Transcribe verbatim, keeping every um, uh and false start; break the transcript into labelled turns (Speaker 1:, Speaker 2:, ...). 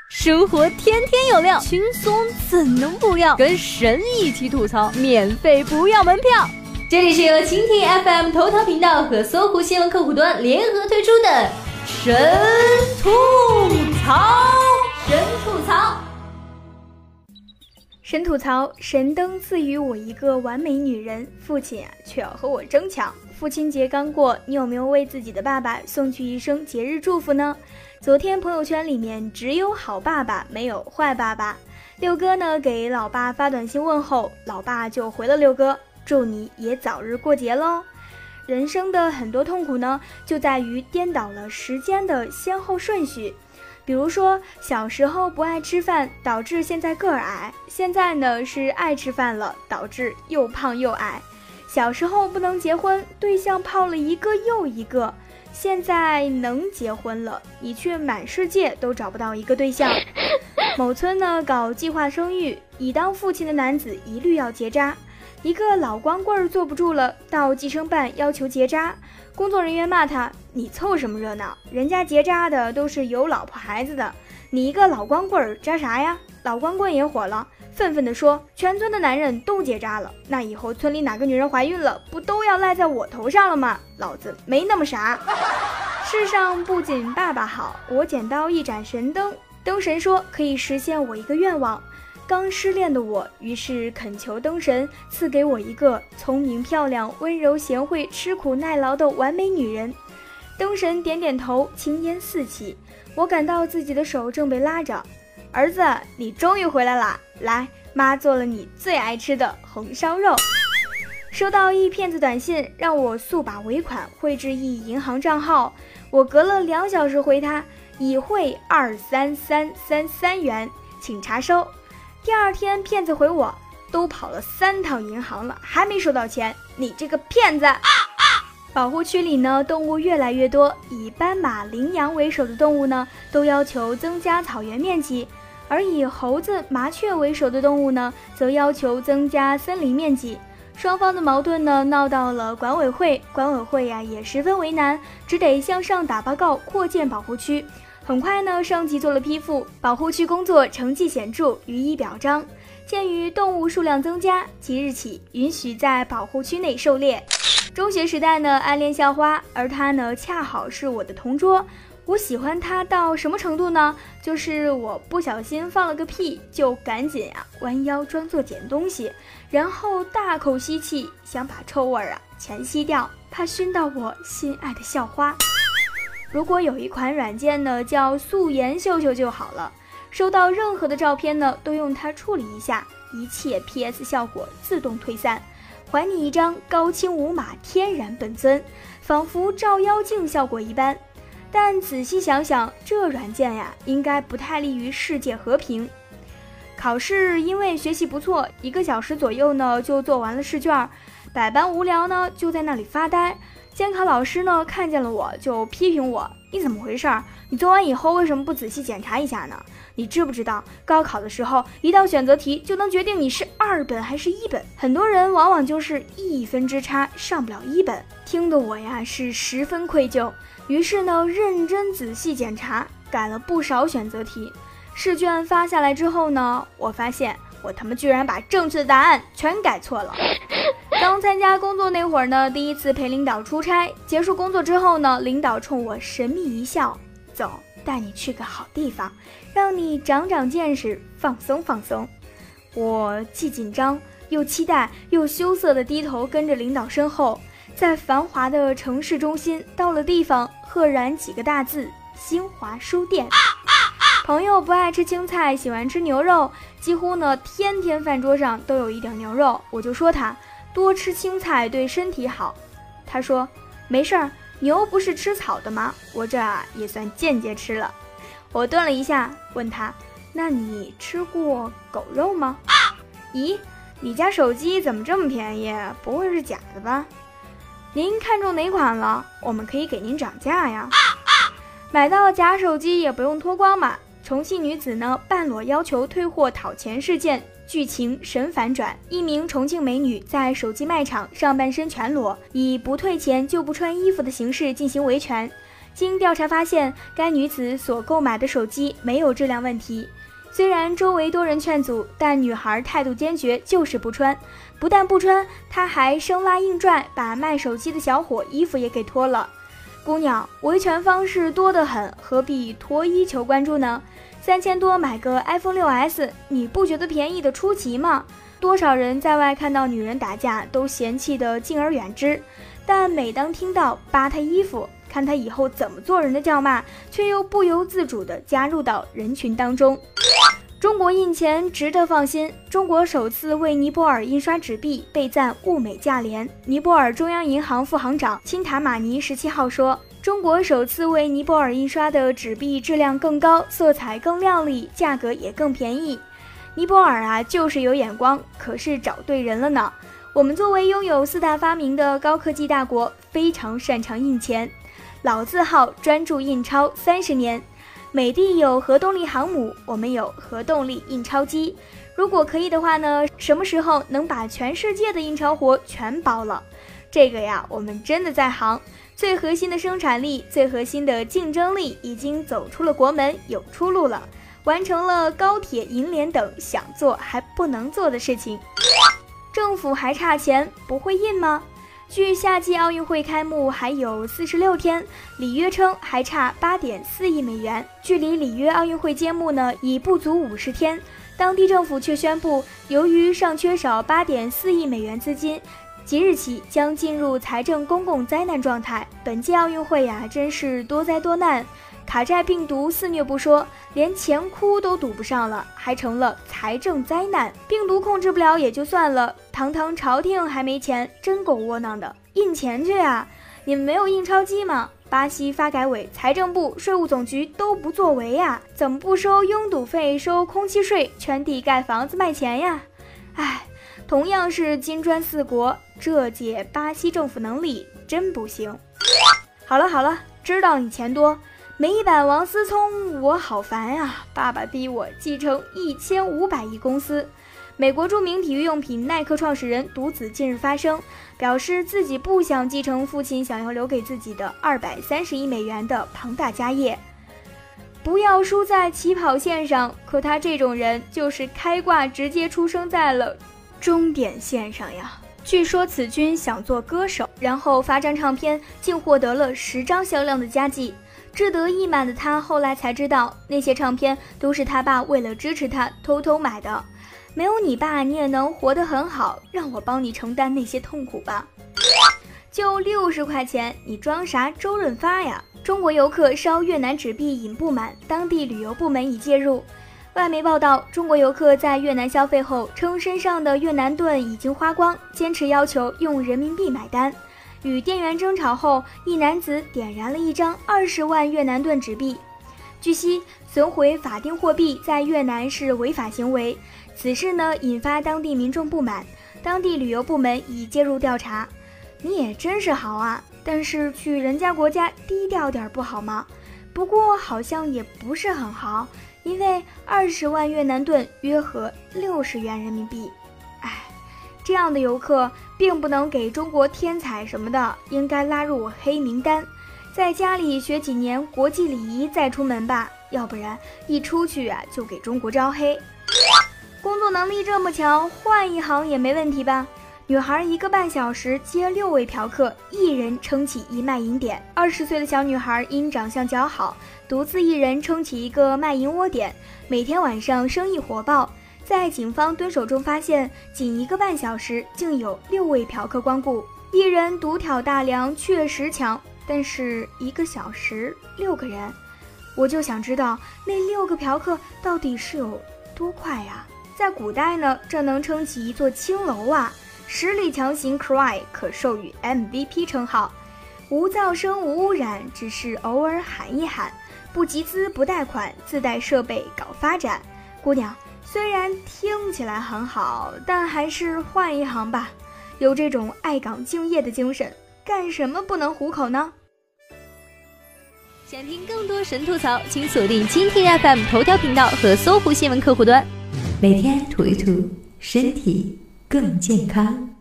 Speaker 1: 生活天天有料，轻松怎能不要？跟神一起吐槽，免费不要门票。这里是由蜻蜓 F M 头条频道和搜狐新闻客户端联合推出的神吐槽，神吐槽。
Speaker 2: 神吐槽，神灯赐予我一个完美女人，父亲啊却要和我争抢。父亲节刚过，你有没有为自己的爸爸送去一声节日祝福呢？昨天朋友圈里面只有好爸爸，没有坏爸爸。六哥呢给老爸发短信问候，老爸就回了六哥，祝你也早日过节咯。人生的很多痛苦呢，就在于颠倒了时间的先后顺序。比如说小时候不爱吃饭，导致现在个儿矮，现在呢是爱吃饭了，导致又胖又矮。小时候不能结婚，对象泡了一个又一个，现在能结婚了，你却满世界都找不到一个对象。某村呢搞计划生育，已当父亲的男子一律要结扎，一个老光棍坐不住了，到计生办要求结扎，工作人员骂他，你凑什么热闹，人家结扎的都是有老婆孩子的，你一个老光棍扎啥呀？老光棍也火了，愤愤地说，全村的男人都结扎了，那以后村里哪个女人怀孕了，不都要赖在我头上了吗？老子没那么傻。世上不仅爸爸好，我捡到一盏神灯，灯神说可以实现我一个愿望。刚失恋的我，于是恳求灯神赐给我一个聪明漂亮、温柔贤惠、吃苦耐劳的完美女人。灯神点点头，青烟四起，我感到自己的手正被拉着。儿子，你终于回来了，来，妈做了你最爱吃的红烧肉。收到一骗子短信，让我速把尾款汇至一银行账号，我隔了两小时回他，已汇二三三三三元，请查收。第二天骗子回我，都跑了三趟银行了，还没收到钱，你这个骗子。保护区里呢，动物越来越多，以斑马、羚羊为首的动物呢，都要求增加草原面积，而以猴子、麻雀为首的动物呢，则要求增加森林面积。双方的矛盾呢，闹到了管委会，管委会呀、啊、也十分为难，只得向上打报告，扩建保护区。很快呢，上级做了批复，保护区工作成绩显著，予以表彰。鉴于动物数量增加，即日起允许在保护区内狩猎。中学时代呢，暗恋校花，而她呢，恰好是我的同桌。我喜欢她到什么程度呢？就是我不小心放了个屁，就赶紧啊弯腰装作捡东西，然后大口吸气，想把臭味啊全吸掉，怕熏到我心爱的校花。如果有一款软件呢，叫素颜秀秀就好了，收到任何的照片呢，都用它处理一下，一切 P S 效果自动退散，还你一张高清无码天然本尊，仿佛照妖镜效果一般。但仔细想想，这软件呀，应该不太利于世界和平。考试因为学习不错，一个小时左右呢就做完了试卷，百般无聊呢就在那里发呆。监考老师呢看见了我就批评我，你怎么回事？你做完以后为什么不仔细检查一下呢？你知不知道高考的时候一道选择题就能决定你是二本还是一本，很多人往往就是一分之差上不了一本，听得我呀是十分愧疚。于是呢认真仔细检查，改了不少选择题。试卷发下来之后呢，我发现我他妈居然把正确的答案全改错了。刚参加工作那会儿呢，第一次陪领导出差，结束工作之后呢，领导冲我神秘一笑，走，带你去个好地方，让你长长见识，放松放松。我既紧张又期待又羞涩地低头跟着领导身后，在繁华的城市中心，到了地方赫然几个大字，新华书店。朋友不爱吃青菜，喜欢吃牛肉，几乎呢天天饭桌上都有一点牛肉，我就说他多吃青菜对身体好。他说没事儿，牛不是吃草的吗？我这也算间接吃了。我顿了一下，问他，那你吃过狗肉吗？咦，你家手机怎么这么便宜？不会是假的吧？您看中哪款了？我们可以给您涨价呀。买到假手机也不用脱光嘛。重庆女子呢半裸要求退货讨钱事件，剧情神反转。一名重庆美女在手机卖场上半身全裸，以不退钱就不穿衣服的形式进行维权。 经调查发现，该女子所购买的手机没有质量问题。虽然周围多人劝阻，但女孩态度坚决，就是不穿。不但不穿，她还生拉硬拽，把卖手机的小伙衣服也给脱了。姑娘，维权方式多得很，何必脱衣求关注呢？三千多买个 iPhone 六 S， 你不觉得便宜的出奇吗？多少人在外看到女人打架都嫌弃的敬而远之，但每当听到扒她衣服，看她以后怎么做人的叫骂，却又不由自主地加入到人群当中。中国印钱值得放心，中国首次为尼泊尔印刷纸币被赞物美价廉。尼泊尔中央银行副行长钦塔马尼十七号说，中国首次为尼泊尔印刷的纸币质量更高，色彩更亮丽，价格也更便宜。尼泊尔啊，就是有眼光，可是找对人了呢。我们作为拥有四大发明的高科技大国，非常擅长印钱。老字号专注印钞三十年。美的有核动力航母，我们有核动力印钞机。如果可以的话呢，什么时候能把全世界的印钞活全包了？这个呀，我们真的在行。最核心的生产力，最核心的竞争力已经走出了国门，有出路了，完成了高铁、银联等想做还不能做的事情。政府还差钱，不会印吗？距夏季奥运会开幕还有四十六天，里约称还差 八点四亿美元，距离里约奥运会揭幕呢已不足五十天。当地政府却宣布，由于尚缺少 八点四亿美元资金，即日起将进入财政公共灾难状态。本届奥运会呀，真是多灾多难。卡债病毒肆虐不说，连钱窟都堵不上了，还成了财政灾难。病毒控制不了也就算了，堂堂朝廷还没钱，真够窝囊的。印钱去啊！你们没有印钞机吗？巴西发改委、财政部、税务总局都不作为呀？怎么不收拥堵费、收空气税，圈地盖房子卖钱呀？唉，同样是金砖四国，这届巴西政府能力真不行。好了好了，知道你钱多。美版王思聪，我好烦呀！爸爸逼我继承一千五百亿公司。美国著名体育用品耐克创始人独子近日发声，表示自己不想继承父亲想要留给自己的二百三十亿美元的庞大家业。不要输在起跑线上，可他这种人就是开挂直接出生在了终点线上呀。据说此君想做歌手，然后发张唱片，竟获得了十张销量的佳绩。志得意满的他后来才知道，那些唱片都是他爸为了支持他偷偷买的。没有你爸，你也能活得很好，让我帮你承担那些痛苦吧。就六十块钱，你装啥周润发呀？中国游客烧越南纸币引不满，当地旅游部门已介入。外媒报道，中国游客在越南消费后称身上的越南盾已经花光，坚持要求用人民币买单。与店员争吵后，一男子点燃了一张二十万越南盾纸币。据悉，损毁法定货币在越南是违法行为。此事呢，引发当地民众不满，当地旅游部门已介入调查。你也真是好啊，但是去人家国家低调点不好吗？不过好像也不是很好，因为二十万越南盾约合六十元人民币。哎，这样的游客并不能给中国添彩什么的，应该拉入我黑名单。在家里学几年国际礼仪再出门吧，要不然一出去啊就给中国招黑。工作能力这么强，换一行也没问题吧？女孩一个半小时接六位嫖客，一人撑起一卖淫点。二十岁的小女孩因长相姣好，独自一人撑起一个卖淫窝点，每天晚上生意火爆。在警方蹲守中发现，仅一个半小时竟有六位嫖客光顾，一人独挑大梁确实强，但是一个小时六个人，我就想知道那六个嫖客到底是有多快呀？在古代呢，这能撑起一座青楼啊！实力强行 cry 可授予 M V P 称号，无噪声无污染，只是偶尔喊一喊，不集资不贷款，自带设备搞发展。姑娘，虽然听起来很好，但还是换一行吧。有这种爱岗敬业的精神，干什么不能糊口呢？
Speaker 1: 想听更多神吐槽，请锁定蜻蜓 F M 头条频道和搜狐新闻客户端，
Speaker 3: 每天吐一吐，身体更健康。